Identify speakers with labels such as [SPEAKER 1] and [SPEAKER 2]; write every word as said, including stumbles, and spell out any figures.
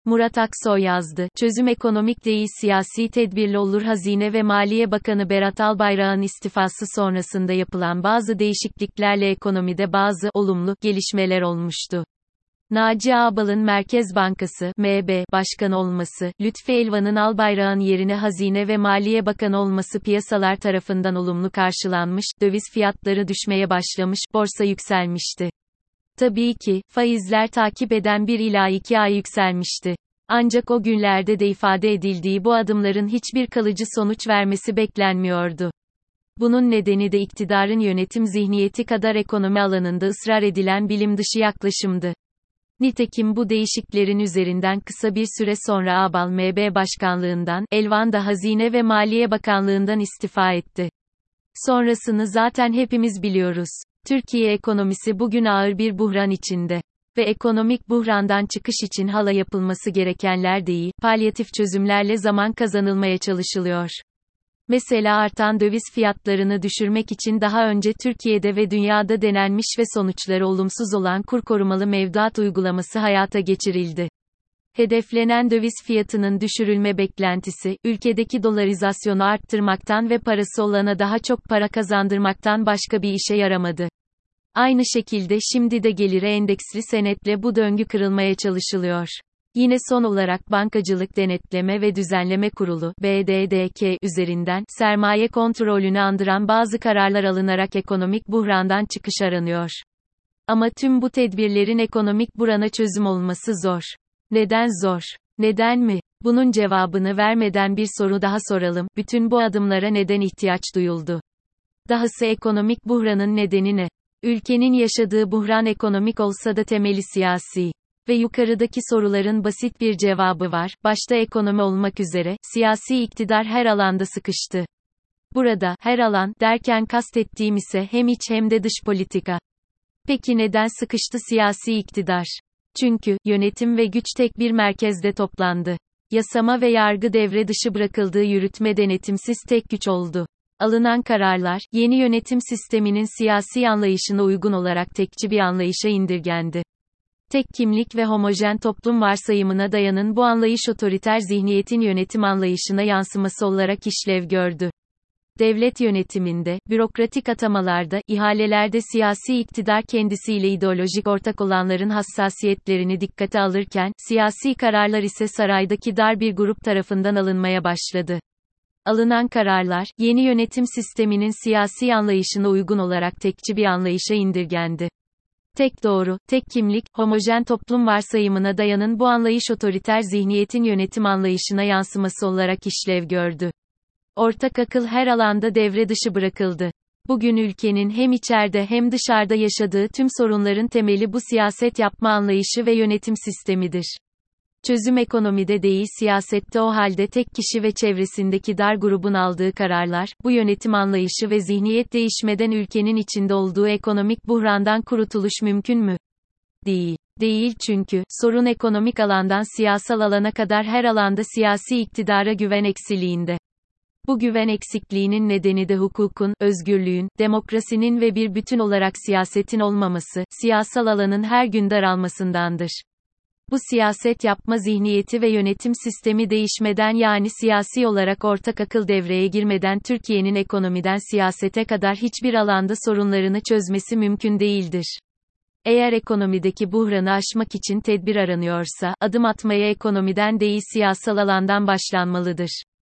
[SPEAKER 1] Murat Aksoy yazdı. Çözüm ekonomik değil siyasi tedbirle olur. Hazine ve Maliye Bakanı Berat Albayrak'ın istifası sonrasında yapılan bazı değişikliklerle ekonomide bazı olumlu gelişmeler olmuştu. Naci Ağbal'ın Merkez Bankası M B Başkanı olması, Lütfi Elvan'ın Albayrak'ın yerine Hazine ve Maliye Bakanı olması piyasalar tarafından olumlu karşılanmış, döviz fiyatları düşmeye başlamış, borsa yükselmişti. Tabii ki, faizler takip eden bir ila iki ay yükselmişti. Ancak o günlerde de ifade edildiği bu adımların hiçbir kalıcı sonuç vermesi beklenmiyordu. Bunun nedeni de iktidarın yönetim zihniyeti kadar ekonomi alanında ısrar edilen bilim dışı yaklaşımdı. Nitekim bu değişiklerin üzerinden kısa bir süre sonra Ağbal M B Başkanlığından, Elvan da Hazine ve Maliye Bakanlığından istifa etti. Sonrasını zaten hepimiz biliyoruz. Türkiye ekonomisi bugün ağır bir buhran içinde. Ve ekonomik buhrandan çıkış için hala yapılması gerekenler değil, palyatif çözümlerle zaman kazanılmaya çalışılıyor. Mesela artan döviz fiyatlarını düşürmek için daha önce Türkiye'de ve dünyada denenmiş ve sonuçları olumsuz olan kur korumalı mevduat uygulaması hayata geçirildi. Hedeflenen döviz fiyatının düşürülme beklentisi, ülkedeki dolarizasyonu arttırmaktan ve parası olana daha çok para kazandırmaktan başka bir işe yaramadı. Aynı şekilde şimdi de gelire endeksli senetle bu döngü kırılmaya çalışılıyor. Yine son olarak Bankacılık Denetleme ve Düzenleme Kurulu B D D K üzerinden sermaye kontrolünü andıran bazı kararlar alınarak ekonomik buhrandan çıkış aranıyor. Ama tüm bu tedbirlerin ekonomik burana çözüm olması zor. Neden zor? Neden mi? Bunun cevabını vermeden bir soru daha soralım. Bütün bu adımlara neden ihtiyaç duyuldu? Dahası ekonomik buhranın nedeni ne? Ülkenin yaşadığı buhran ekonomik olsa da temeli siyasi. Ve yukarıdaki soruların basit bir cevabı var. Başta ekonomi olmak üzere, siyasi iktidar her alanda sıkıştı. Burada, her alan, derken kastettiğim ise hem iç hem de dış politika. Peki neden sıkıştı siyasi iktidar? Çünkü, yönetim ve güç tek bir merkezde toplandı. Yasama ve yargı devre dışı bırakıldığı yürütme denetimsiz tek güç oldu. Alınan kararlar, yeni yönetim sisteminin siyasi anlayışına uygun olarak tekçi bir anlayışa indirgendi. Tek kimlik ve homojen toplum varsayımına dayanın bu anlayış otoriter zihniyetin yönetim anlayışına yansıması olarak işlev gördü. Devlet yönetiminde, bürokratik atamalarda, ihalelerde siyasi iktidar kendisiyle ideolojik ortak olanların hassasiyetlerini dikkate alırken, siyasi kararlar ise saraydaki dar bir grup tarafından alınmaya başladı. Alınan kararlar, yeni yönetim sisteminin siyasi anlayışına uygun olarak tekçi bir anlayışa indirgendi. Tek doğru, tek kimlik, homojen toplum varsayımına dayanın bu anlayış otoriter zihniyetin yönetim anlayışına yansıması olarak işlev gördü. Ortak akıl her alanda devre dışı bırakıldı. Bugün ülkenin hem içeride hem dışarıda yaşadığı tüm sorunların temeli bu siyaset yapma anlayışı ve yönetim sistemidir. Çözüm ekonomide değil siyasette o halde tek kişi ve çevresindeki dar grubun aldığı kararlar, bu yönetim anlayışı ve zihniyet değişmeden ülkenin içinde olduğu ekonomik buhrandan kurtuluş mümkün mü? Değil. Değil çünkü, sorun ekonomik alandan siyasal alana kadar her alanda siyasi iktidara güven eksiliğinde. Bu güven eksikliğinin nedeni de hukukun, özgürlüğün, demokrasinin ve bir bütün olarak siyasetin olmaması, siyasal alanın her gün daralmasındandır. Bu siyaset yapma zihniyeti ve yönetim sistemi değişmeden yani siyasi olarak ortak akıl devreye girmeden Türkiye'nin ekonomiden siyasete kadar hiçbir alanda sorunlarını çözmesi mümkün değildir. Eğer ekonomideki buhranı aşmak için tedbir aranıyorsa, adım atmaya ekonomiden değil siyasal alandan başlanmalıdır.